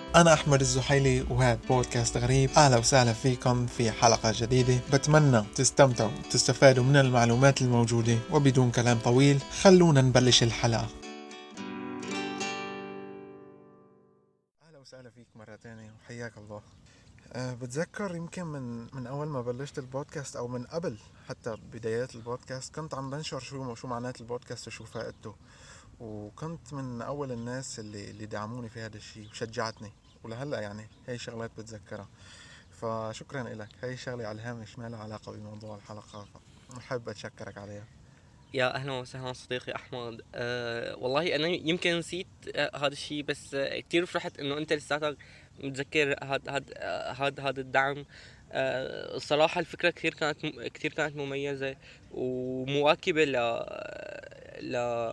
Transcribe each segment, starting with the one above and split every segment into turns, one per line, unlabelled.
أنا أحمد الزحيلي وهذا بودكاست غريب. أهلا وسهلا فيكم في حلقة جديدة. بتمنى تستمتعوا وتستفادوا من المعلومات الموجودة، وبدون كلام طويل خلونا نبلش الحلقة. أهلا وسهلا فيك مرة تانية وحياك الله. بتذكر يمكن من أول ما بلشت البودكاست أو من قبل حتى بدايات البودكاست كنت عم بنشر شو معنات البودكاست وشو فائدته، وكنت من أول الناس اللي دعموني في هذا الشيء وشجعتني، ولهلا يعني هاي شغلات بتذكرها. فشكرا لك. هاي شغلة على الهامش ما لها علاقة بموضوع الحلقة، فأحب أتشكرك عليها.
يا اهلا وسهلا صديقي احمد. والله انا يمكن نسيت هذا الشيء، بس كتير فرحت انه انت لساتك متذكر هذا الدعم. الصراحه الفكره كثير كانت مميزه ومواكبه ل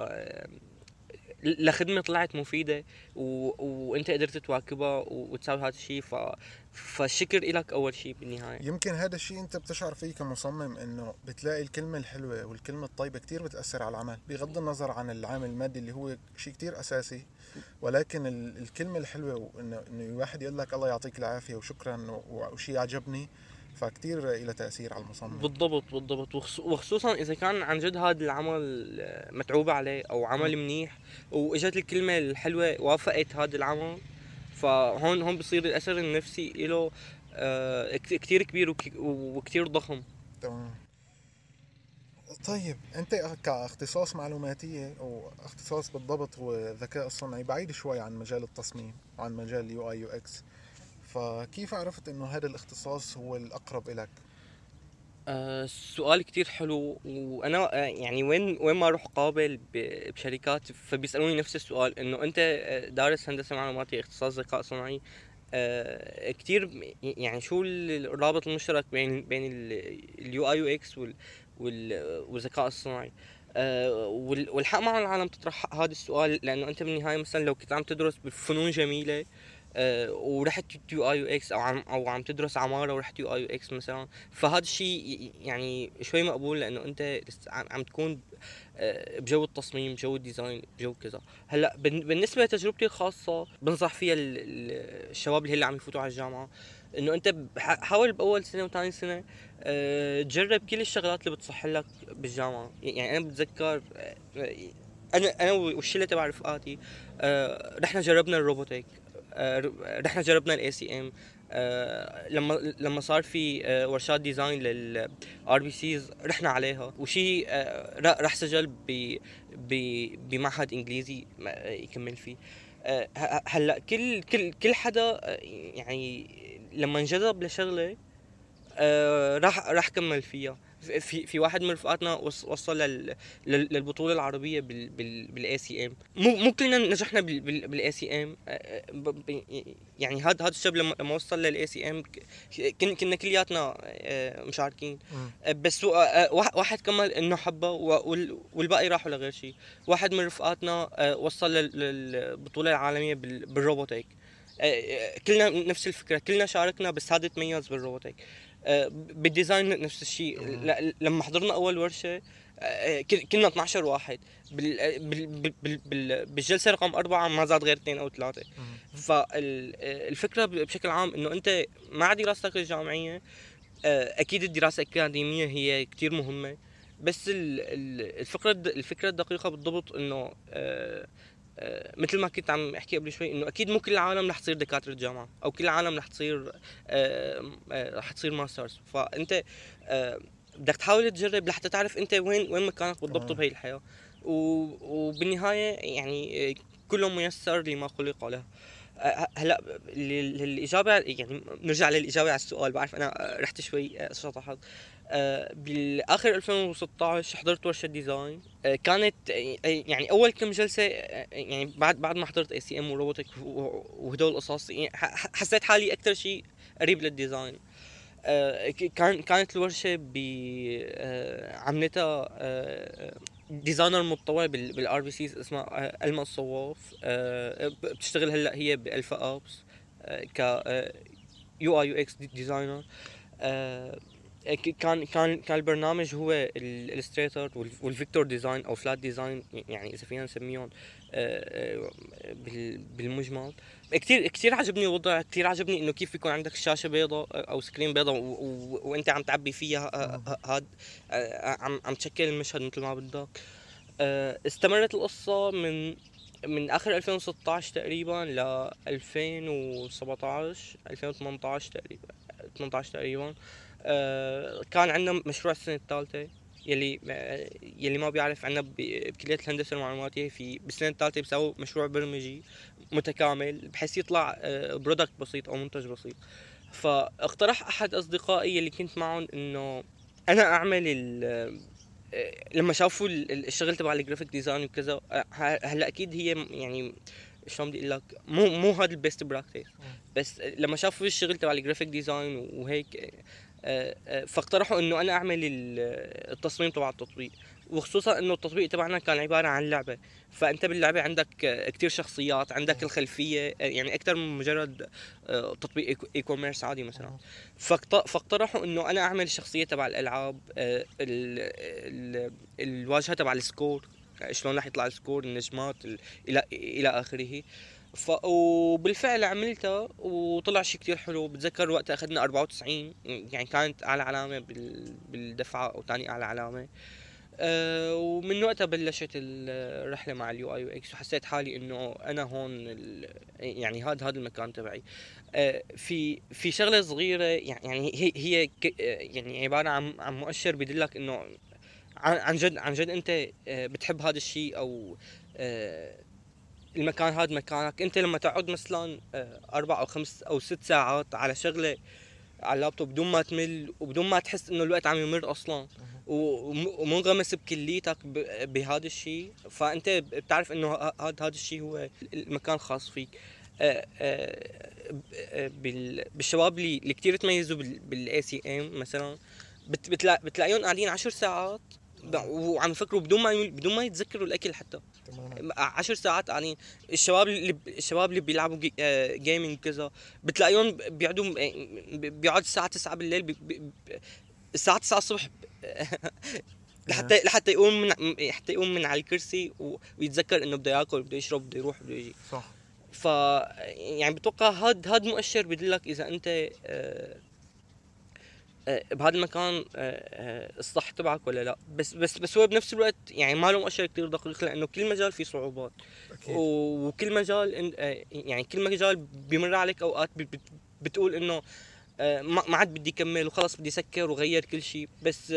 لخدمة طلعت مفيدة، وانت قدرت تواكبها وتساوي هذا الشيء. فالشكر إلك اول شيء بالنهاية.
يمكن هذا الشيء انت بتشعر فيه كمصمم، انه بتلاقي الكلمة الحلوة والكلمة الطيبة كتير بتأثر على العمل، بغض النظر عن العامل المادي اللي هو شيء كتير اساسي. ولكن الكلمة الحلوة، وانه الواحد يقول لك الله يعطيك العافية وشكرا وشيء عجبني، فكتير إلى تأثير على المصمم.
بالضبط، وخصوصا اذا كان عن جد هذا العمل متعوب عليه او
م.
عمل منيح، واجت الكلمة الحلوة وافقت هذا العمل. فهون بصير الاثر النفسي له كتير كبير وكتير ضخم.
تمام. طيب انت كاختصاص معلوماتية او اختصاص بالضبط هو الذكاء الصنعي، بعيد شوي عن مجال التصميم وعن مجال اليو اي يو اكس، فكيف عرفت انه هذا الاختصاص هو الاقرب لك؟
سؤال كتير حلو. وانا يعني وين ما اروح قابل بشركات فبيسالوني نفس السؤال، انه انت دارس هندسه معلوماتيه اختصاص ذكاء صناعي. كتير يعني شو الرابط المشترك بين اليو اي يو اكس والذكاء الصناعي. والحق مع العالم تطرح هذا السؤال، لانه انت بالنهايه مثلا لو كنت عم تدرس بفنون جميله ورحت يو اي يو اكس، او عم تدرس عماره ورحت يو اي يو اكس مثلا، فهذا الشيء يعني شوي مقبول، لانه انت عم تكون بجو التصميم، بجو الديزاين، بجو كذا. هلا بالنسبه لتجربتي الخاصه بنصح فيها الشباب اللي هلا عم يفوتوا على الجامعه، انه انت حاول باول سنه وثاني سنه تجرب كل الشغلات اللي بتصح لك بالجامعه. يعني انا بتذكر انا والشله تبع رفقاتي رحنا جربنا الروبوتيك، رحنا جربنا الاي سي ام. لما صار في ورشات ديزاين للار بي سيز رحنا عليها، وشي راح سجل بمعهد انجليزي يكمل فيه. هلا كل حدا يعني لما انجذب لشغله راح كمل فيها. في واحد من رفقاتنا وصل للبطوله العربيه بالاي سي ام. مو كلنا نجحنا بالاي سي ام. يعني هذا الشاب لما وصل للاي سي ام كنا كلياتنا مشاركين.
مم.
بس واحد كمل انه حبه والباقي راحوا لغير شيء. واحد من رفقاتنا وصل للبطوله العالميه بالروبوتيك. كلنا نفس الفكره، كلنا شاركنا، بس هذا تميز بالروبوتيك. بالديزاين نفس الشيء.
مم.
لما حضرنا اول ورشه كنا 12 واحد. بالجلسه رقم 4 ما زاد غير 2 او 3.
مم.
فالفكره بشكل عام انه انت مع دراستك الجامعيه اكيد الدراسه الاكاديميه هي كتير مهمه، بس الفكره الدقيقه بالضبط انه مثل ما كنت عم احكي قبل شوي، انه اكيد مو كل العالم رح تصير دكاتره جامعه، او كل العالم رح تصير ماسترز. فانت بدك تحاول تجرب لحتى تعرف انت وين مكانك بالضبط
تمام.
بهي الحياه. وبالنهايه يعني كل ميسر لما خلق له. هلا للاجابه، يعني نرجع للاجابه على السؤال. بعرف انا رحت شوي شطحت. بالاخر 2016 حضرت ورشه ديزاين. كانت يعني اول كم جلسه يعني بعد ما حضرت اي سي ام وروبوتك وهدول القصص، يعني حسيت حالي اكثر شيء قريب للديزاين. كانت الورشه عملتها ديزاينر متطوع بالار بي سيز اسمها الما الصواف. بتشتغل هلا هي بالفا ابس ك يو اي يو اكس ديزاينر. كان البرنامج هو الالستريتور والفيكتور ديزاين او فلات ديزاين، يعني اذا فينا نسميهم بالمجمل. كتير عجبني الوضع، كتير عجبني انه كيف بيكون عندك شاشه بيضاء او سكرين بيضاء وانت عم تعبي فيها هاد عم تشكل المشهد مثل ما بدك. استمرت القصه من اخر 2016 تقريبا ل 2017 2018 تقريبا، 18 تقريبا. كان عندنا مشروع السنه الثالثه، يلي ما بيعرف عنا بكلية الهندسة المعلوماتية في بالسنة الثالثة بيساووا مشروع برمجي متكامل بحيث يطلع برودكت بسيط أو منتج بسيط. فاقترح أحد أصدقائي اللي كنت معهم إنه أنا أعمل لما شافوا الشغل تبع الجرافيك ديزاين وكذا، هلا أكيد هي يعني شلون بدي اقول لك، مو هذا البيست براكتس، بس لما شافوا الشغل تبع الجرافيك ديزاين وهيك فاقترحوا انه انا اعمل التصميم تبع التطبيق. وخصوصا انه التطبيق تبعنا كان عباره عن لعبه، فانت باللعبه عندك كتير شخصيات، عندك الخلفيه يعني اكثر من مجرد تطبيق اي كوميرس عادي مثلا. فاقترحوا انه انا اعمل الشخصيه تبع الالعاب، الواجهه تبع السكور، شلون راح يطلع السكور، النجمات الى اخره. وبالفعل عملتها وطلع شيء كتير حلو. بتذكر وقتها اخذنا 94، يعني كانت اعلى علامه بالدفعه او ثاني اعلى علامه. ومن وقتها بلشت الرحله مع اليو اي يو اكس، وحسيت حالي انه انا هون يعني هذا المكان تبعي. في شغله صغيره، يعني هي يعني عباره عن مؤشر بدلك انه عن جد انت بتحب هذا الشيء، او المكان هذا مكانك. انت لما تقعد مثلا 4 أو 5 أو 6 ساعات على شغله على اللابتوب بدون ما تمل وبدون ما تحس انه الوقت عم يمر اصلا، ومنغمس بكليتك بهذا الشيء، فانت بتعرف انه هذا الشيء هو المكان خاص فيك. بالشباب اللي كتير تميزوا بالاي سي ام مثلا، بتلاقيهم قاعدين 10 ساعات وعم يفكروا بدون ما يتذكروا الاكل حتى.
تماما
10 ساعات قاعدين. الشباب اللي بيلعبوا جيمنج كذا، بتلاقيهم بيقعد الساعه 9 بالليل، الساعه 9 الصبح حتى يقوم من على الكرسي ويتذكر انه بده ياكل، بده يشرب، بده يروح، بده يجي.
صح.
يعني بتوقع هاد مؤشر بدلك اذا انت بهذا المكان الصح تبعك ولا لا. بس هو بنفس الوقت يعني ما له مؤشر كثير دقيق، لانه كل مجال فيه صعوبات.
اكيد.
وكل مجال يعني كل مجال بيمر عليك اوقات بتقول انه ما عاد بدي كمل وخلص بدي سكر وغير كل شيء. بس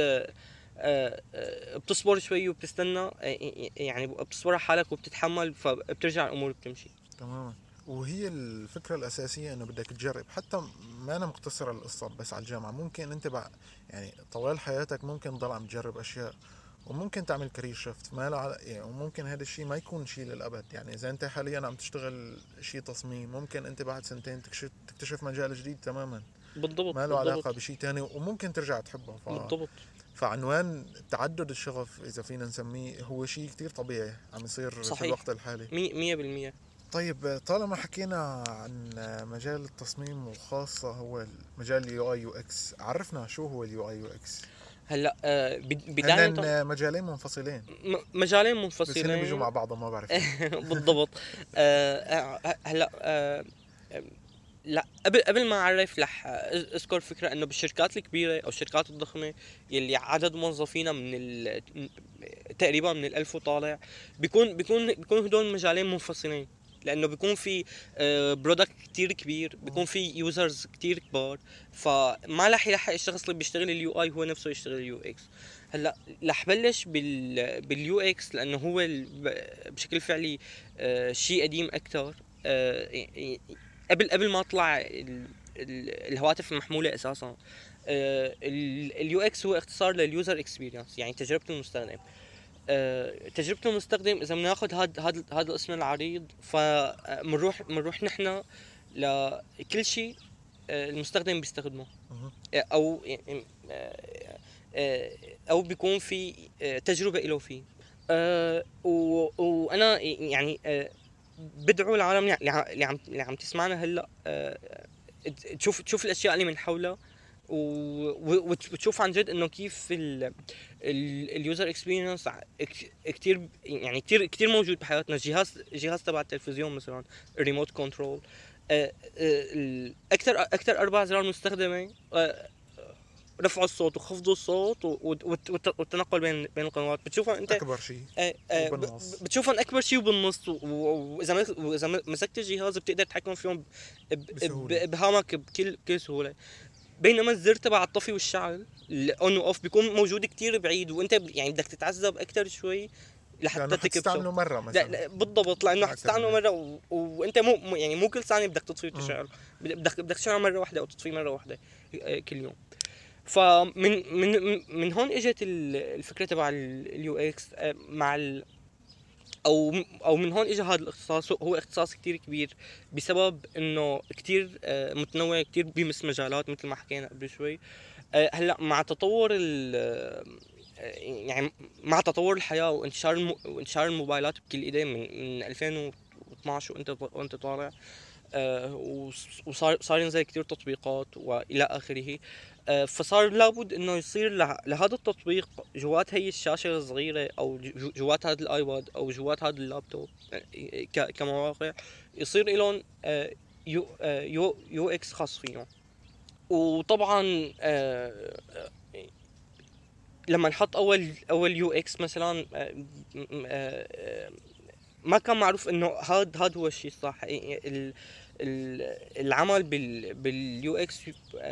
بتصبر شوي وبتستنى، يعني بتصبر على حالك وبتتحمل، فبترجع الامور بتمشي.
تماما. وهي الفكرة الأساسية إنه بدك تجرب، حتى ما أنا مقتصرة القصة بس على الجامعة. ممكن أنت يعني طوال حياتك ممكن تضل عم تجرب أشياء، وممكن تعمل كارير شيفت ما له يعني، وممكن هذا الشيء ما يكون شيء للأبد. يعني إذا أنت حاليا عم تشتغل شيء تصميم، ممكن أنت بعد سنتين تكتشف مجال جديد تماما
بالضبط
ما له علاقة بشيء تاني، وممكن ترجع تحبه.
بالضبط.
فعنوان تعدد الشغف إذا فينا نسميه هو شيء كتير طبيعي عم يصير
صحيح.
في الوقت الحالي.
100%.
طيب طالما حكينا عن مجال التصميم وخاصة هو مجال اليو اي يو اكس، عرفنا شو هو اليو اي يو اكس.
هلا بداية
هن مجالين منفصلين،
مجالين
بس
منفصلين
هن بيجوا مع بعضهم ما بعرف.
بالضبط. هلا لا، قبل ما اعرف رح اذكر فكره انه بالشركات الكبيره او الشركات الضخمه يلي عدد موظفينا تقريبا من 1000 وطالع، بيكون هدول مجالين منفصلين، لانه بيكون في برودكت كتير كبير، بيكون في يوزرز كتير كبار، فما رح يلحق الشخص اللي بيشتغل اليو اي هو نفسه يشتغل اليو اكس. هلا رح بلش باليو اكس، لانه هو بشكل فعلي شيء قديم اكثر. قبل ما طلع الهواتف المحموله اساسا. اليو اكس هو اختصار لليوزر اكسبيرينس، يعني تجربه المستخدم. تجربه المستخدم اذا بناخذ هذا الاسم العريض، فمنروح نحن لكل شيء المستخدم بيستخدمه، او او بيكون في تجربه له فيه. وانا يعني بدعو العالم اللي عم تسمعنا هلا تشوف الاشياء اللي من حولها، وتشوف عن جد انه كيف اليوزر اكسبيرينس كتير يعني كتير موجود بحياتنا. جهاز تبع التلفزيون مثلا الريموت كنترول، اكثر اربع زرار مستخدمه، رفع الصوت وخفض الصوت والتنقل بين القنوات. بتشوفها انت
اكبر شيء وبالنص.
بتشوفهم اكبر شيء وبالنص، واذا مسكت الجهاز بتقدر تتحكم فيهم
بسهولة.
بهامك بكل سهوله. بينما الزر تبع الطفي والشعل الاون واوف بيكون موجود كتير بعيد، وانت يعني بدك تتعذب اكثر شوي لحتى
لانه
تكبسه.
حتستعمله مرة مثلا.
لا بالضبط، لانه
أكثر
حتستعمله
من
مره وانت يعني مو كل ثانيه بدك تطفي وتشعل، بدك تشعله مره واحده او تطفي مره واحده كل يوم. من هون اجت الفكره تبع اليو اكس مع او من هون اجى هذا الاختصاص. هو اختصاص كتير كبير بسبب انه كتير متنوع، كتير بيمس مجالات مثل ما حكينا قبل شوي. هلا مع تطور يعني مع تطور الحياه وانتشار الموبايلات بكل ايدين من 2012 وانت طالع، وصار ينزل كتير تطبيقات والى اخره. فصار لابد انه يصير لهذا التطبيق جوات هي الشاشه الصغيره او جوات هذا الايباد او جوات هذا اللابتوب كمواقع، يصير لهم يو اكس خاص فيهم. وطبعا لما نحط اول يو اكس مثلا، ما كان معروف انه هاد هو الشيء الصح. العمل باليو اكس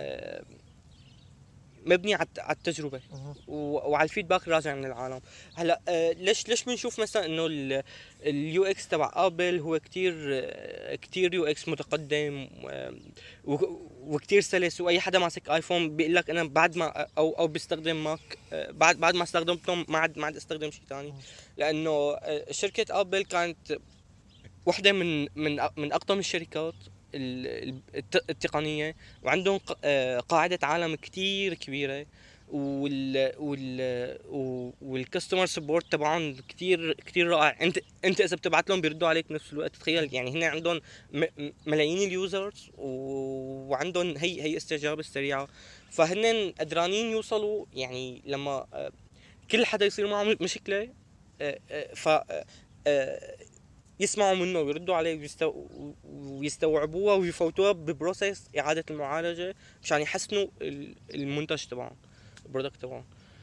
مبني على التجربه وعلى الفيدباك الراجع من العالم. هلا ليش بنشوف مثلا انه اليو اكس تبع ابل هو كتير يو اكس متقدم وكتير سلس، واي حدا ماسك ايفون بيقول لك انا بعد ما او بيستخدم ماك، بعد ما استخدمتهم ما عاد استخدم شيء ثاني. لانه شركه ابل كانت واحدة من أقدم الشركات التقنية، وعندهم قاعدة عالم كتير كبيرة، والكاستمر سبورت تبعهم كتير رائع. انت اذا بتبعت لهم بيردوا عليك بنفس الوقت. تخيل يعني هن عندهم ملايين اليوزرز وعندهم هي استجابة سريعة. فهن قدرانين يوصلوا يعني لما كل حدا يصير معه مشكلة، ف يسمعوا منه ويردوا عليه ويستوعبوها ويفوتوها ببروسيس إعادة المعالجة مشان يحسنوا المنتج تبعهم، البرودكت تبعهم.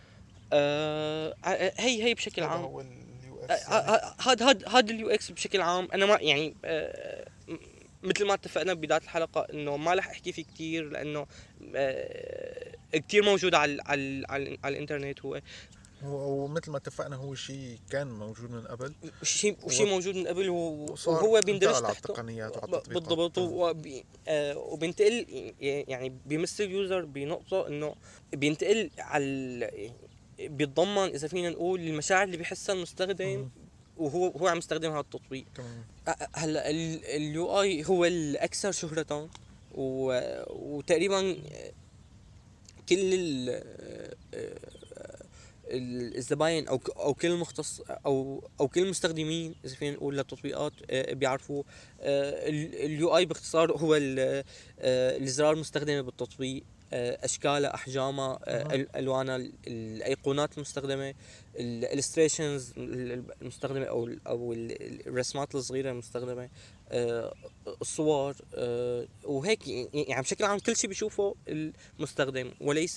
هي بشكل
هذا
عام
هو اليو اكس.
هذا اليو اكس بشكل عام. انا ما يعني مثل ما اتفقنا ببداية الحلقة انه ما رح احكي فيه كتير لانه كتير موجود على الانترنت. هو
ومثل ما اتفقنا هو شيء كان موجود من قبل،
شيء موجود من قبل،
وصار
وهو بيندرج
انتقل على
تحته
التقنيات وعلى التطبيقات.
بالضبط. وبينتقل يعني بيمس اليوزر بنقطة انه بينتقل بيتضمن اذا فينا نقول المشاعر اللي بيحسها المستخدم وهو عم يستخدم هذا التطبيق. هلا اليو اي هو الاكثر شهرة، وتقريبا كل الزباين او كل المختص او كل المستخدمين اذا فينا نقول للتطبيقات بيعرفوا. اليو اي باختصار هو الزرار المستخدمه بالتطبيق، اشكالها، احجامها، الوانها، الايقونات المستخدمه، الالستريشنز المستخدمه او الرسمات الصغيره المستخدمه، الصور، وهيك يعني بشكل عام كل شيء بيشوفه المستخدم وليس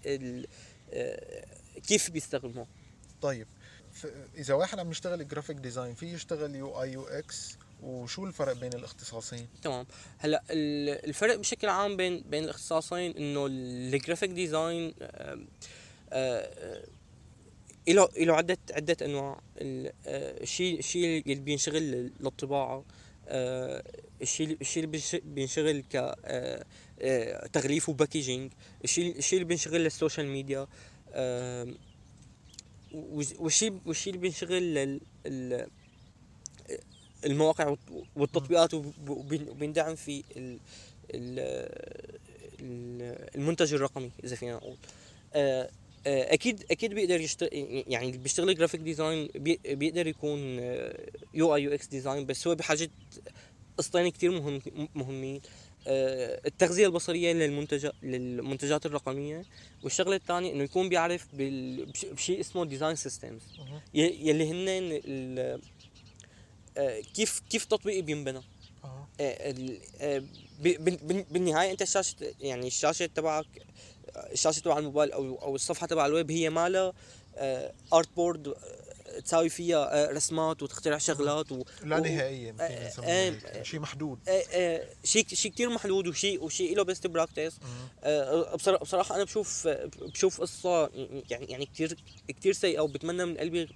كيف بيستخدمه.
طيب اذا واحد عم يشتغل جرافيك ديزاين فيه يشتغل يو اي يو اكس، وشو الفرق بين الاختصاصين؟
تمام. هلا الفرق بشكل عام بين الاختصاصين انه الجرافيك ديزاين له عده انواع. الشيء اللي بينشغل للطباعه، الشيء اللي بينشغل ك تغليف وباكيجينج، الشيء اللي بينشغل للسوشيال ميديا، والشيء اللي بينشغل المواقع والتطبيقات وبيندعم في المنتج الرقمي اذا فينا نقول. اكيد بيقدر يشتغل، يعني اللي بيشتغل جرافيك ديزاين بيقدر يكون يو اي يو اكس ديزاين، بس هو بحاجه قسطين كتير مهمين. التغذية البصرية للمنتجات الرقمية، والشغلة الثانية انه يكون بيعرف بشيء اسمه ديزاين سيستمز، يلي هن كيف تطبيقي بينبنى. بالنهاية انت الشاشة تبعك، الشاشة تبع الموبايل او الصفحة تبع الويب هي مالها ارت بورد تساوي فيها رسمات وتخترع شغلات
لا نهائية، فينا نسميه شيء محدود.
شيء كتير محدود، وشيء له بيست براكتس. بصراحة أنا بشوف قصة يعني كتير سيئة، وبتمنى من قلبي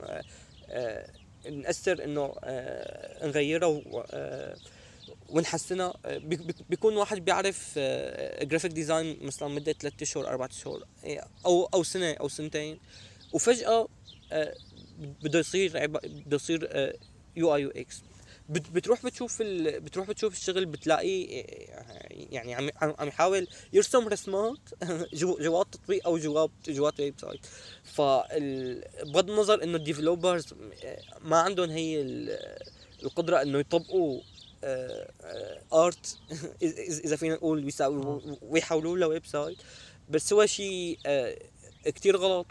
نأثر إنه نغيرها ونحسنها. بيكون واحد بيعرف جرافيك ديزاين مثلا مدة 3 أشهر 4 أشهر أو سنة أو سنتين، وفجأة بده يصير يو اي يو اكس. بتروح بتشوف الشغل، بتلاقيه يعني عم يحاول يرسم رسمات جوات تطبيق او جوات ويب سايت. فبغض النظر انه الديفلوبرز ما عندهم هي القدرة انه يطبقوا ارت اذا فينا نقول ويحولوه لويب سايت، بس هو شيء كتير غلط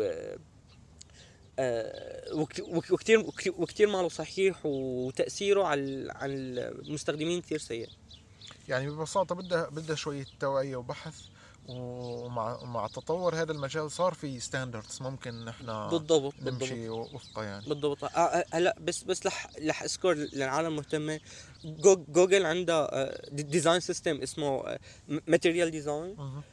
وكتير ماله صحيح، وتأثيره على المستخدمين كتير سيء.
يعني ببساطة بدها شوية توعية وبحث، ومع تطور هذا المجال صار في ستاندردز ممكن نحن
بالضبط
نمشي وفقها يعني.
بالضبط. هلا بس رح اذكر للعالم مهتمه، جوجل عندها ديزاين سيستم اسمه ماتيريال ديزاين،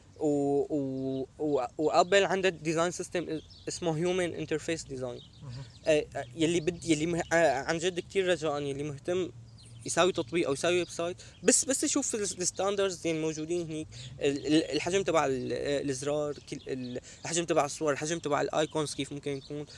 وابل عندها ديزاين سيستم اسمه هيومن انترفيس ديزاين. يلي عن جد كتير رجاء يلي مهتم يساوي تطبيق او يساوي ويب سايت، بس يشوف الستاندردز اللي موجودين هنيك، الحجم تبع الزرار، الحجم تبع الصور، الحجم تبع الايكونز كيف ممكن يكون،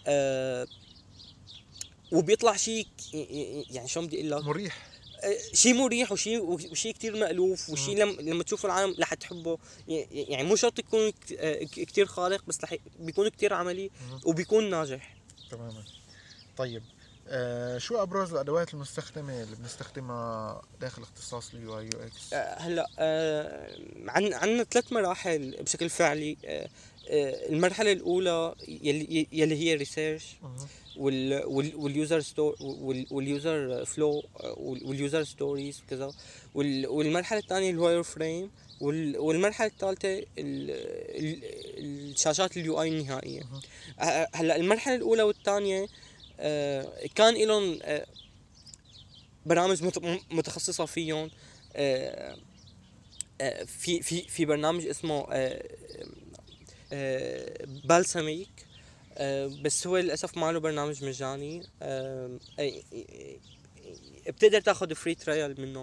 وبيطلع شيء يعني شو بدي اقول لك،
مريح،
شيء مريح، وشيء كتير مألوف، وشيء لما تشوف العالم رح تحبه. يعني مو شرط يكون كتير خارق، بس بيكون كتير عملي وبيكون ناجح
تماما. طيب شو ابرز الادوات المستخدمه اللي بنستخدمها داخل اختصاص اليو اي يو اكس؟
هلا عندنا 3 مراحل بشكل فعلي. المرحله الاولى يلي هي ريسيرش، واليوزر واليوزر فلو واليوزر ستوريز وكذا، والمرحله الثانيه اللي هو واير فريم، والمرحله الثالثه الشاشات اليو اي النهائيه. هلا المرحله الاولى والثانيه كان لهم برامج متخصصه فيهم. في برنامج اسمه بالساميك، بس هو للاسف ما له برنامج مجاني. بتقدر تاخذ فري ترايل منه.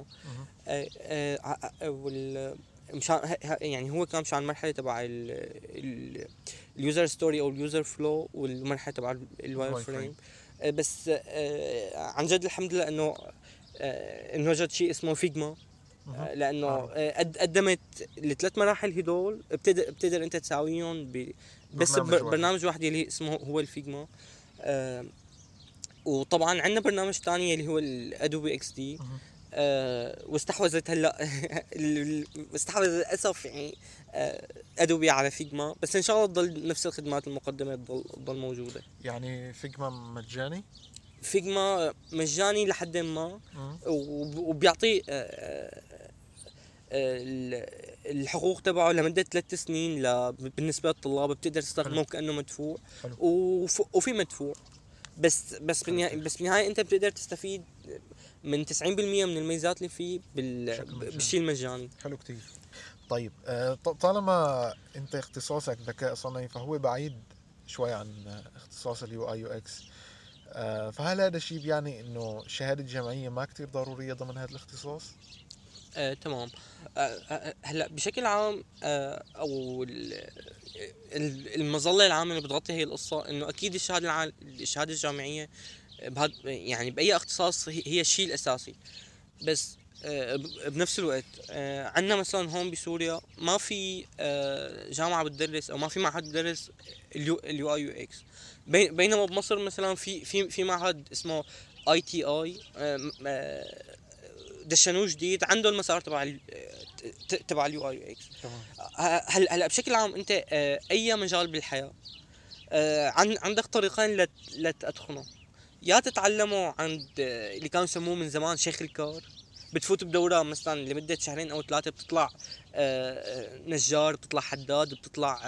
مشان يعني هو كان مشان المرحله تبع اليوزر ستوري او اليوزر فلو، والمرحله تبع الواير فريم. بس عن جد الحمد لله انه وجد شيء اسمه فيجما، لانه قدمت ال3 مراحل هدول بتقدر انت تساويهم بس برنامج واحد اللي اسمه هو الفيجما. وطبعا عندنا برنامج ثاني اللي هو الادوبي اكس دي، واستحوذت هلا استحوذت للاسف يعني ادوبي على فيجما، بس ان شاء الله تضل نفس الخدمات المقدمه تضل موجوده.
يعني فيجما مجاني؟
فيجما مجاني لحد ما، وبيعطي الحقوق تبعه لمدة 3 سنين بالنسبة للطلاب، بتقدر تستخدمه كأنه مدفوع. وفي مدفوع، بس بالنهاية انت بتقدر تستفيد من 90% من الميزات اللي فيه بالشيء المجاني.
حلو كتير. طيب طالما انت اختصاصك ذكاء صناعي، فهو بعيد شوي عن اختصاص اليو اي يو اكس، فهل هذا الشيء بيعني انه الشهادة الجامعية ما كتير ضرورية ضمن هذا الاختصاص؟
تمام. هلا بشكل عام او المظله العامه اللي بتغطي هي القصه، انه اكيد الشهاده الجامعيه يعني باي اختصاص هي الشيء الاساسي. بس بنفس الوقت عندنا مثلا هون بسوريا ما في جامعه بتدرس او ما في معهد بتدرس اليو اي يو اكس، بينما بمصر مثلا في معهد اسمه اي تي اي، دشنوه جديد عنده المسار تبع اليو اي اكس.
تمام.
هلا بشكل عام انت اي مجال بالحياه عندك طريقين لتدخله. يا تتعلموا عند اللي كانوا يسموه من زمان شيخ الكار، بتفوت بدورة مثلا لمدة شهرين أو 3، بتطلع نجار، بتطلع حداد، بتطلع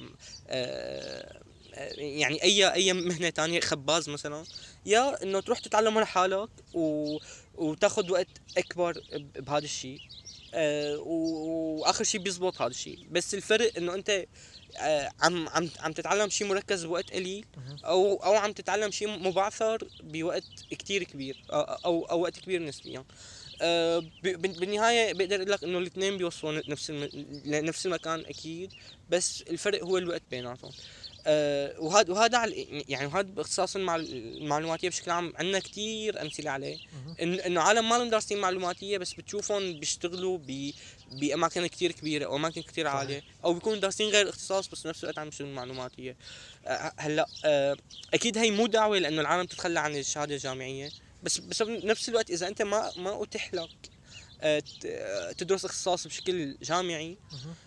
يعني أي مهنة تانية، خباز مثلا. يا إنه تروح تتعلمه لحالك وتاخذ وقت أكبر بهذا الشيء، وآخر شيء بيزبط هذا الشيء. بس الفرق إنه أنت عم تتعلم شيء مركز بوقت قليل، او عم تتعلم شيء مبعثر بوقت كتير كبير، او وقت كبير نسبيا. بالنهايه بقدر اقول لك انه الاثنين بيوصلوا لنفس المكان اكيد، بس الفرق هو الوقت بيناتهم. وهذا يعني وهذا باختصاص المعلوماتيه بشكل عام عندنا كتير امثله عليه. انه عالم ما لهم دارسين معلوماتيه بس بتشوفهم بيشتغلوا باماكن كتير كبيره او اماكن كتير عاليه، او بيكونوا دارسين غير اختصاص بس بنفس الوقت عم يشتغلوا معلوماتيه. هلا اكيد هي مو دعوه لانه العالم تتخلى عن الشهاده الجامعيه، بس بنفس الوقت اذا انت ما اتيح لك تدرس اختصاص بشكل جامعي،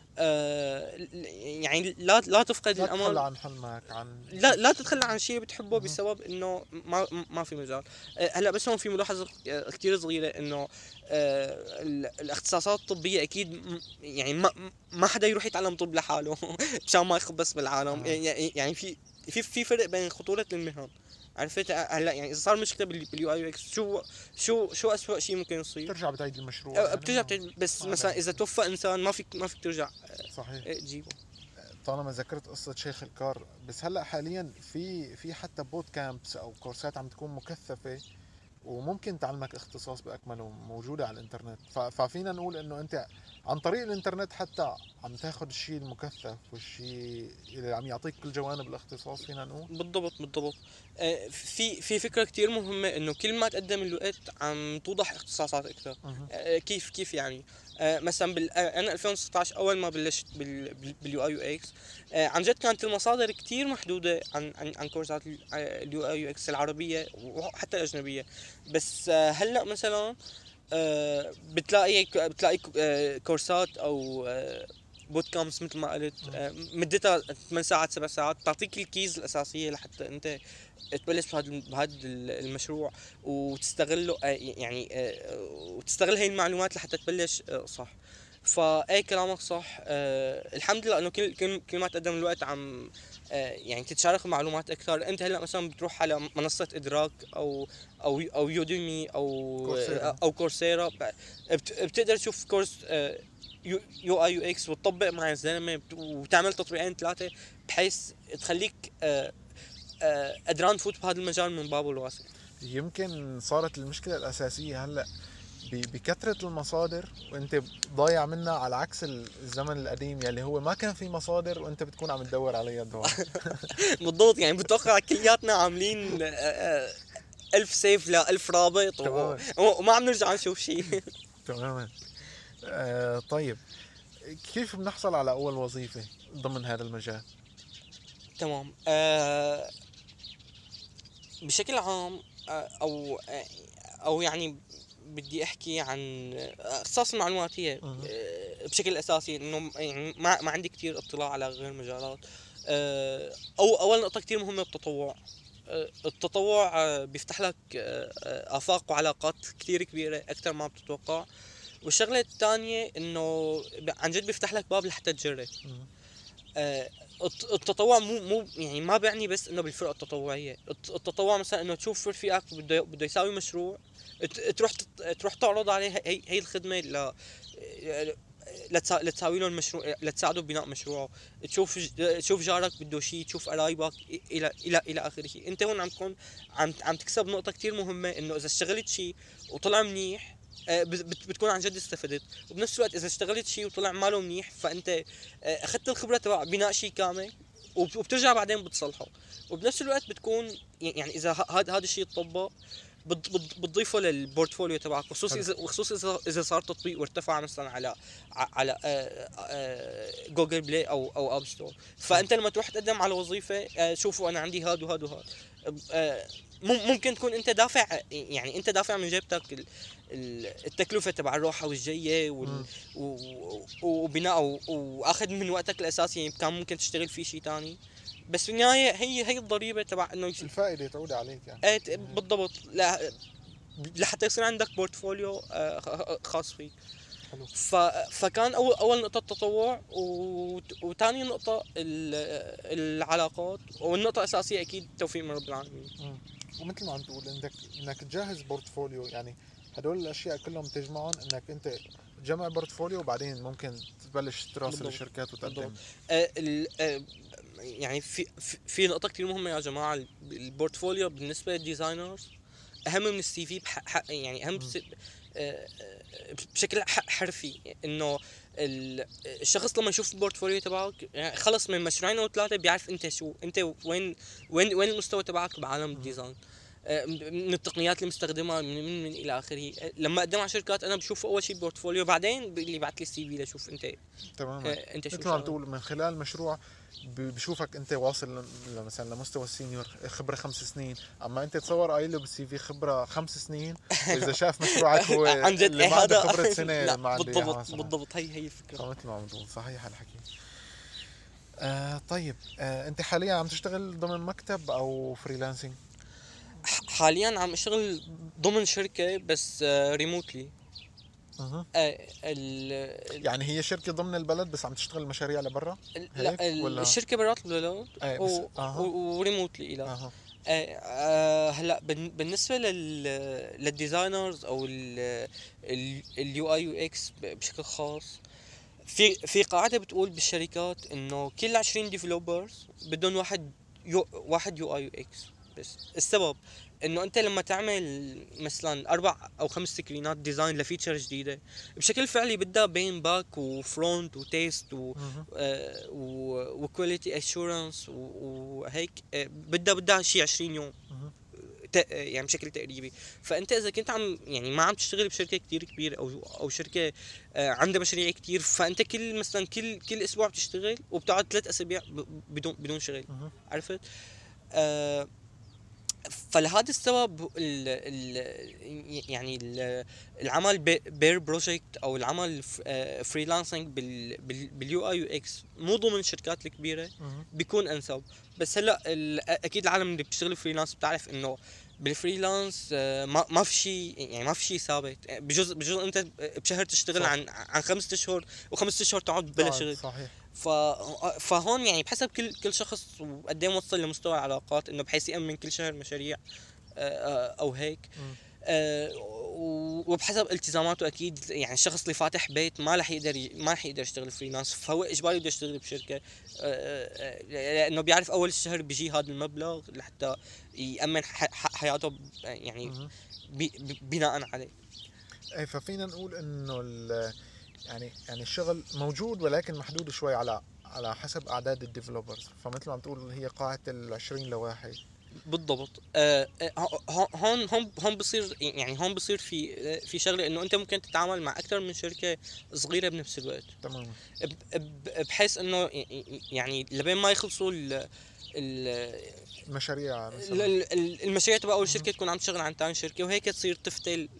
يعني لا تفقد الامل،
لا تتخلى عن حلمك، عن
لا تتخلى عن شيء بتحبه بسبب انه ما في مجال. هلا بس هون في ملاحظه كثير صغيره، انه الاختصاصات الطبيه اكيد يعني ما حدا يروح يتعلم طب لحاله مشان ما يخبص بالعالم. يعني في فرق بين خطوره المهن، عرفت؟ هلا يعني اذا صار مشكله باليو اي اكس، شو اسوء شيء ممكن يصير؟
ترجع بتعيد المشروع يعني
بترجع بس مثلا اذا توفى انسان ما فيك ترجع
صحيح
تجيبه.
طالما ذكرت قصة شيخ الكار، بس هلا حاليا في حتى بوت كامبس او كورسات عم تكون مكثفة وممكن تعلمك اختصاص باكمله، موجودة على الانترنت. ففينا نقول انه انت عن طريق الانترنت حتى عم تاخذ الشيء المكثف والشيء اللي عم يعطيك كل جوانب الاختصاص، فينا نقول.
بالضبط. في فكرة كتير مهمة، انه كل ما تقدم الوقت عم توضح اختصاصات اكثر. كيف يعني؟ مثلا انا 2016 اول ما بلشت باليو اي يو اكس، عن جد كانت المصادر كتير محدودة عن كورسات اليو اي يو اكس العربية وحتى الاجنبية. بس هلا مثلا بتلاقي كورسات او بوت كامبس مثل ما قلت، مدتها 8 ساعات 7 ساعات، تعطيك الكيز الاساسيه لحتى انت تبلش بهذا المشروع وتستغله، يعني وتستغل هاي المعلومات لحتى تبلش صح. فاي كلامك صح. الحمد لله انه كل ما تقدم الوقت عم يعني تتشارك معلومات اكثر. انت هلا مثلا بتروح على منصه ادراك او يوديمي او كورسيرا، بتقدر تشوف كورس يو اي يو اكس وتطبق مع الزلمه وتعمل تطبيقين 3 بحيث تخليك قدران تفوت بهذا المجال من بابه الواسع.
يمكن صارت المشكلة الأساسية هلا بكثرة المصادر وانت ضايع منها، على عكس الزمن القديم يلي هو ما كان في مصادر وانت بتكون عم تدور عليها الدور.
بالضبط. يعني بتوقع كلياتنا عاملين 1000 سيف ل1000 رابط وما عم نرجع نشوف شيء.
تماما. طيب كيف بنحصل على أول وظيفة ضمن هذا المجال؟
تمام. بشكل عام او يعني بدي احكي عن اختصاص المعلوماتيه بشكل اساسي، انه يعني ما عندي كتير اطلاع على غير مجالات. او اول نقطه كتير مهمه التطوع. التطوع بيفتح لك آفاق وعلاقات كتير كبيرة أكثر ما بتتوقع. والشغلة الثانية إنه عن جد بيفتح لك باب لحتى تجرب. التطوع مو يعني ما بيعني بس إنه بالفرق التطوعية. التطوع مثلا إنه تشوف رفيقك بده يساوي مشروع، تروح تعرض عليه هي الخدمة لتساوي له المشروع، لتساعده ببناء مشروعه. تشوف جارك بده شيء، تشوف قرايبك الى اخره. انت هون عم تكون عم تكسب نقطه كتير مهمه، انه اذا اشتغلت شيء وطلع منيح بتكون عن جد استفدت. وبنفس الوقت اذا اشتغلت شيء وطلع ماله منيح فانت اخذت الخبره تبع بناء شيء كامل وبترجع بعدين بتصلحه. وبنفس الوقت بتكون يعني اذا هذا الشيء تطبق بتضيفه للبورتفوليو تبعك، خصوصا اذا صار تطبيق وارتفع مثلا على جوجل بلاي او اب ستور. فانت لما تروح تقدم على وظيفه، شوفوا انا عندي هاد وهاد وهاد، ممكن تكون انت دافع، يعني انت دافع من جيبتك التكلفه تبع الروحه والجايه
مم.
وبناء واخذ من وقتك الاساسي، يعني كان ممكن تشتغل فيه شيء تاني. بس في النهايه هي الضريبه تبع انه
الفائدة تعود عليك يعني.
بالضبط. لا، لحتى يصير عندك بورتفوليو خاص فيك.
حلو.
فكان اول نقطه التطوع، وثاني نقطه العلاقات، والنقطه الاساسيه اكيد التوفيق من رب العالمين.
مم. ومثل ما عم تقول انك تجهز بورتفوليو، يعني هدول الاشياء كلهم تجمعهم انك انت تجمع بورتفوليو، وبعدين ممكن تبلش تراسل
بالضبط.
الشركات وتقدم.
بالضبط. يعني في نقطه كثير مهمه يا جماعه، البورتفوليو بالنسبه للديزاينرز اهم من السي في، يعني اهم بشكل حرفي. انه الشخص لما يشوف البورتفوليو تبعك، يعني خلص من مشروعين او ثلاثه بيعرف انت شو، انت وين المستوى تبعك بعالم الديزاين، من التقنيات المستخدمه، من الى اخره. لما اقدم على شركات انا بشوف اول شيء بورتفوليو، بعدين اللي بعت لي السي في لشوف انت
تماما.
انت شو
مثل ما عم
شغال.
تقول من خلال المشروع بشوفك انت واصل مثلا لمستوى السينيور، خبره 5 سنين، اما انت تصور قايله بالسي في خبره 5 سنين، واذا شاف مشروعك هو
عن جد
اللي ما عنده
هذا
خبره سنه
لا
ما عنده اياها
بالضبط
مثلا.
بالضبط، هي الفكره.
فمثل ما عم تقول صحيح الحكي. طيب، انت حاليا عم تشتغل ضمن مكتب او فريلانسنج؟
حاليا عم اشتغل ضمن شركه بس ريموتلي.
اها.
ال
يعني هي شركه ضمن البلد بس عم تشتغل مشاريع لبرا
لا،
هيك ولا؟
الشركه برات البلد
بس اها.
وريموتلي الى
اها.
هلا بالنسبه للديزاينرز او اليو اي يو اكس بشكل خاص، في قاعده بتقول بالشركات انه كل 20 ديفلوبرز بدهم واحد يو اي يو اكس. بس السبب انه انت لما تعمل مثلا 4 أو 5 سكرينات ديزاين لفيتشر جديده، بشكل فعلي بدها بين باك وفرونت وتيست
مهم.
وكواليتي اشورنس وهيك، بدها شيء 20 يوم
مهم.
يعني بشكل تقريبي. فانت اذا كنت عم يعني ما عم تشتغل بشركه كتير كبيره او شركه عندها مشاريع كتير، فانت مثلا كل اسبوع بتشتغل وبتقعد 3 اسابيع بدون شغل.
مهم.
عرفت؟ آه فلهذا السبب يعني العمل بير بروجكت او العمل فريلانسنج باليو اي يو اكس مو ضمن الشركات الكبيره
مهم.
بيكون انسب. بس هلا اكيد العالم اللي بتشتغل فريلانس بتعرف انه بالفريلانس ما في شيء، يعني ما في شيء ثابت. بجوز انت بشهر تشتغل
صح.
عن 5 اشهر، و5 اشهر تقعد بلا شغل.
صحيح.
فهون يعني بحسب كل شخص وقد ايه موصل لمستوى العلاقات، انه بحيث يامن كل شهر مشاريع او هيك.
مم.
وبحسب التزاماته اكيد. يعني الشخص اللي فاتح بيت ما رح يقدر يشتغل فريلانس، فهو اجباري بده يشتغل بشركه، لانه بيعرف اول الشهر بيجي هذا المبلغ لحتى يامن حياته يعني
مهم.
بناء عليه.
ايه، ففينا نقول انه يعني الشغل موجود ولكن محدود شوي على حسب اعداد الديفلوبرز، فمثل ما عم تقول هي قاعة ال20 لواحد.
بالضبط. هون بصير، يعني هون بصير في شغله انه انت ممكن تتعامل مع اكثر من شركه صغيره بنفس الوقت،
تماما.
بحيث انه يعني لبين ما يخلصوا
المشاريع مثلا.
المشاريع تبع اول
مهم.
شركه تكون عم تشتغل عن ثاني شركه، وهيك تصير تفتل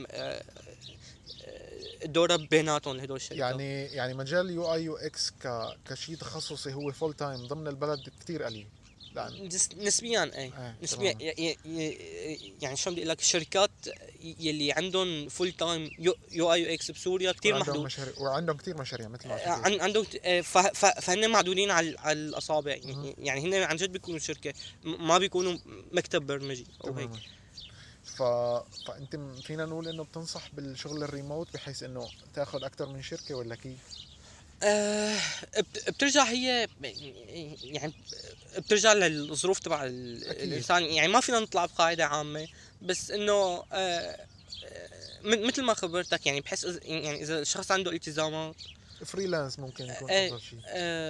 الدوره بيناتهم هدول الشركات.
يعني مجال يو اي يو اكس كشيء تخصصي هو فول تايم ضمن البلد كتير قليل. لان
نسبيا اي نسبيا
تماما.
يعني شو بدي اقول لك، الشركات يلي عندهم فول تايم يو اي يو اكس بسوريا كثير
وعندهم
محدود.
مشاريع، وعندهم كتير مشاريع مثل ما عم تقول.
عندهم فهن معدودين على الاصابع.
مهم.
يعني هن عن جد بيكونوا شركه، ما بيكونوا مكتب برمجي او هيك.
تماما. فانت فينا نقول انه بتنصح بالشغل الريموت بحيث انه تاخذ اكثر من شركه ولا كيف؟
آه بترجع هي، يعني بترجع للظروف تبع الانسان. يعني ما فينا نطلع بقاعده عامه، بس انه مثل ما خبرتك، يعني بحس يعني اذا الشخص عنده التزامات
فريلانس ممكن يكون
آه
افضل شيء.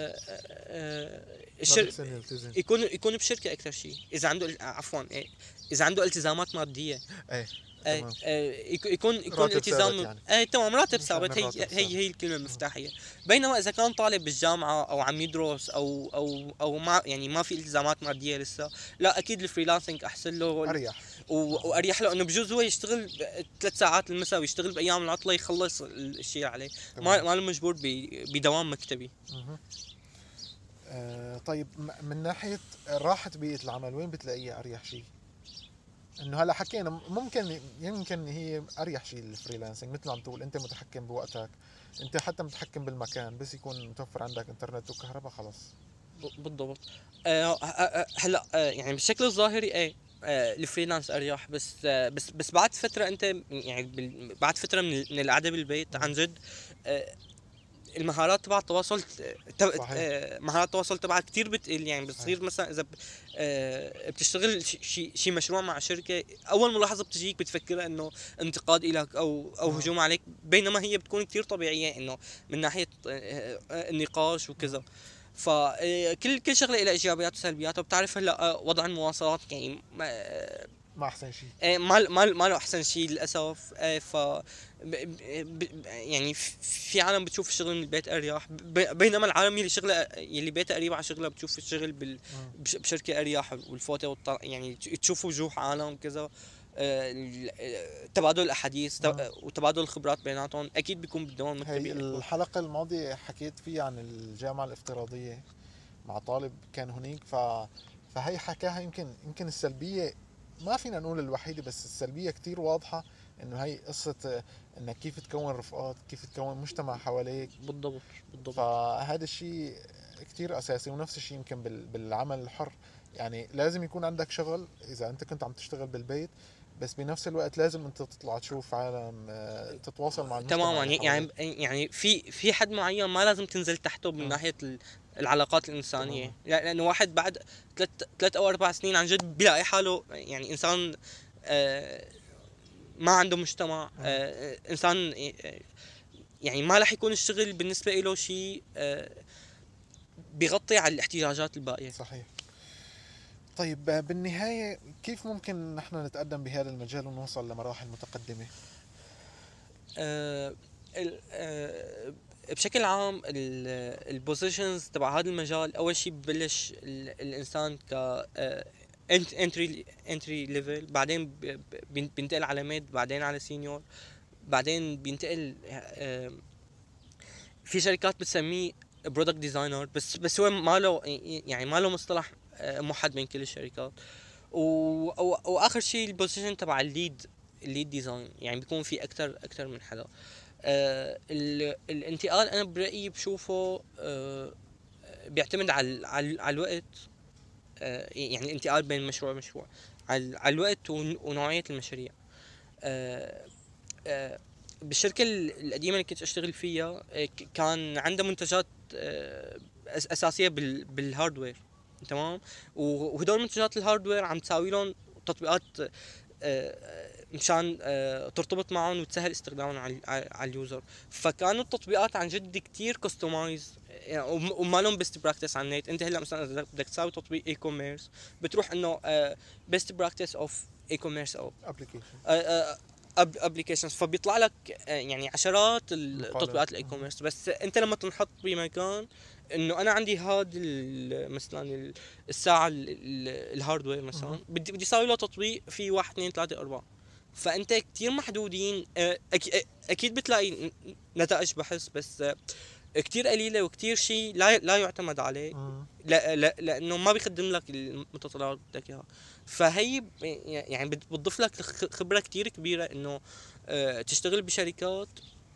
ما بيحسن يلتزم.
يكون بشركه اكثر شيء، اذا عنده عفوا اذا عنده التزامات ماديه.
ايه. تمام.
يكون
راتب
التزام
ثابت يعني.
تمام، راتب
مش
ثابت.
عامل
هي
راتب
هي
ثابت.
هي الكلمه المفتاحيه. بينما اذا كان طالب بالجامعه او عم يدرس او ما يعني ما في التزامات ماديه لسه، لا اكيد الفريلانسنج احسن له
اريح.
واريح له، انه بجوز هو يشتغل 3 ساعات المساء ويشتغل بايام العطله يخلص الشيء اللي عليه،
تمام.
ما له مجبور بدوام مكتبي.
مهم. طيب من ناحية راحة بيئة العمل وين بتلاقيها أريح شيء؟ إنه هلا حكينا ممكن يمكن هي أريح شيء الفريلانسنج، مثل ما عم تقول أنت متحكم بوقتك، أنت حتى متحكم بالمكان، بس يكون متوفر عندك إنترنت وكهرباء خلص.
بالضبط. هلا يعني بالشكل الظاهري الفريلانس اريح، بس بعد فتره انت يعني بعد فتره من القعده بالبيت عن جد المهارات تبع التواصل
صحيح.
مهارات التواصل تبعك كثير بتقل. يعني
صحيح.
بتصير مثلا اذا بتشتغل شيء مشروع مع شركه، اول ملاحظه بتجيك بتفكرها انه انتقاد الك او هجوم عليك، بينما هي بتكون كثير طبيعيه انه من ناحيه النقاش وكذا. فكل شغله لها ايجابيات وسلبيات. وبتعرف هلا وضع المواصلات يعني
ما أحسن شيء.
ما له احسن شيء للاسف. ف يعني في عالم بتشوف الشغل من البيت اريح، بينما العالم اللي شغله اللي بيته قريب على شغله بتشوف الشغل بشركه اريح، والفوتو يعني تشوف وجوه عالم وكذا. تبادل الاحاديث وتبادل الخبرات بيناتهم اكيد بيكون بالدوام
هي
المكتبي اكبر.
الحلقة الماضية حكيت فيها عن الجامعة الافتراضية مع طالب كان هناك، فهي حكاها يمكن السلبية ما فينا نقول الوحيدة، بس السلبية كتير واضحة، انه هي قصة انك كيف تكون رفقات، كيف تكون مجتمع حواليك.
بالضبط.
فهذا الشيء كتير اساسي، ونفس الشيء يمكن بالعمل الحر. يعني لازم يكون عندك شغل اذا انت كنت عم تشتغل بالبيت، بس بنفس الوقت لازم انت تطلع تشوف عالم، تتواصل مع المجتمع
تماما.
اللي حواليك.
يعني في حد معين ما لازم تنزل تحته من ناحيه العلاقات الانسانيه.
تماما.
لانه واحد بعد 3 او 4 سنين عن جد بيلاقي حاله يعني انسان ما عنده مجتمع، انسان يعني ما راح يكون الشغل بالنسبه له شيء بيغطي على الاحتياجات الباقيه.
صحيح. طيب بالنهاية كيف ممكن نحن نتقدم بهذا المجال ونوصل لمراحل متقدمة؟
بشكل عام البوزيشنز تبع هذا المجال اول شيء ببلش الانسان ك انتري ليفل، بعدين بينتقل على ميد، بعدين على سينيور، بعدين بينتقل في شركات بتسميه برودكت ديزاينر، بس هو ما له يعني ما له مصطلح موحد بين كل الشركات. واخر شيء البوزيشن تبع الليد ديزاين، يعني بيكون في اكثر من حدا. الانتقال انا برايي بشوفه بيعتمد على الوقت. يعني الانتقال بين مشروع على الوقت ونوعيه المشاريع. بالشركه القديمه اللي كنت اشتغل فيها كان عندها منتجات اساسيه بالهاردوير، تمام. وهدول منتجات الهاردوير عم تساوي لهم تطبيقات مشان ترتبط معهم وتسهل استخدامهم على اليوزر. فكانوا التطبيقات عن جد كتير كستمايز، يعني وما لهم بيست براكتس على النت. انت هلا مثلا اذا بدك تساوي تطبيق اي كوميرس بتروح انه بيست براكتس اوف اي كوميرس او ابلكيشنز، فبيطلع لك يعني عشرات التطبيقات الاي كوميرس. بس انت لما تنحط بمكان انه انا عندي هاد مثلا الساعه الهاردوير مثلا بدي اسوي له تطبيق في 1 2 3 4، فانت كتير محدودين. اكيد بتلاقي نتائج بحث، بس كتير قليله وكتير شيء لا يعتمد عليه. لانه ما بيقدم لك المتطلبات اللي بدك اياها. فهي يعني بتضيف لك خبره كتير كبيره انه تشتغل بشركات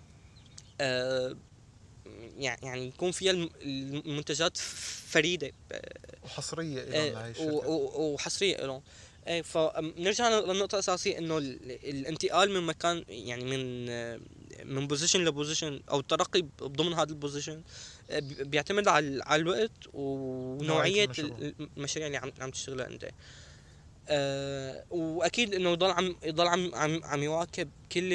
يعني يكون فيها المنتجات فريده وحصريه لهم. فنرجع للنقطة الأساسية إنه الانتقال من مكان يعني من بوزيشن لبوزيشن أو الترقي ضمن هذا البوزيشن بيعتمد على الوقت ونوعية المشاريع اللي عم تشتغلها أنت. وأكيد إنه يضل عم يواكب كل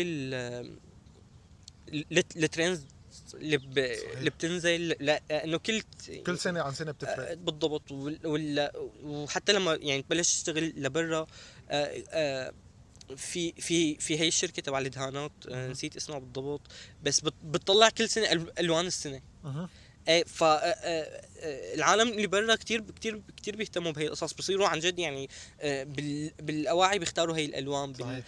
الترندز اللي بتنزل، لانه
كل سنه عن سنه بتفرق.
بالضبط. وحتى لما يعني تبلش تشتغل لبرا في هي الشركه تبع الدهانات، نسيت اسمها بالضبط، بس بتطلع كل سنه الوان السنه. ايه ف العالم اللي برا كتير بيهتموا بهي القصص، بصيروا عن جد يعني بالاواعي بيختاروا هي الالوان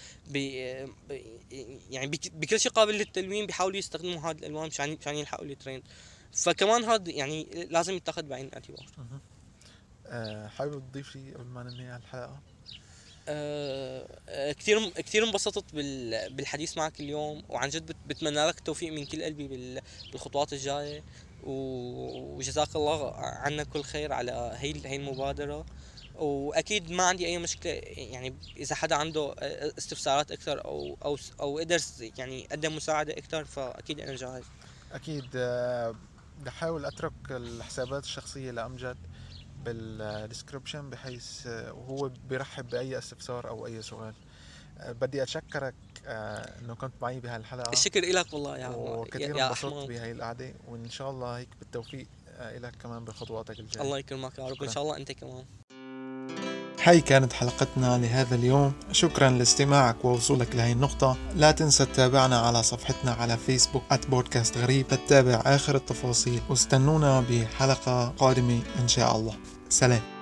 يعني بكل شيء قابل للتلوين بيحاولوا يستخدموا هذه الالوان مشان يلحقوا الترند. فكمان هذا يعني لازم يتاخذ بعين الاعتبار.
حابب تضيف شيء قبل ما ننهي على الحلقه؟
كثير انبسطت بالحديث معك اليوم، وعن جد بتمنى لك التوفيق من كل قلبي بالخطوات الجايه، وجزاك الله عنا كل خير على هي المبادره. واكيد ما عندي اي مشكله يعني اذا حدا عنده استفسارات اكثر او قدر يعني قدم مساعده اكثر، فاكيد انا جاهز.
اكيد. بدي احاول اترك الحسابات الشخصيه لامجد بالديسكربشن، بحيث وهو بيرحب باي استفسار او اي سؤال. بدي اتشكرك انه كنت معي بهالحلقه.
الشكر لك والله يا
وكثير انبسطت بهي القعده، وان شاء الله هيك بالتوفيق لك كمان بخطواتك الجايه.
الله يكرمك يا رب. ان شاء الله انت كمان.
هاي كانت حلقتنا لهذا اليوم. شكرا لاستماعك ووصولك لهي النقطة. لا تنسى تتابعنا على صفحتنا على فيسبوك @بودكاست غريب تتابع آخر التفاصيل، واستنونا بحلقة قادمة إن شاء الله. سلام.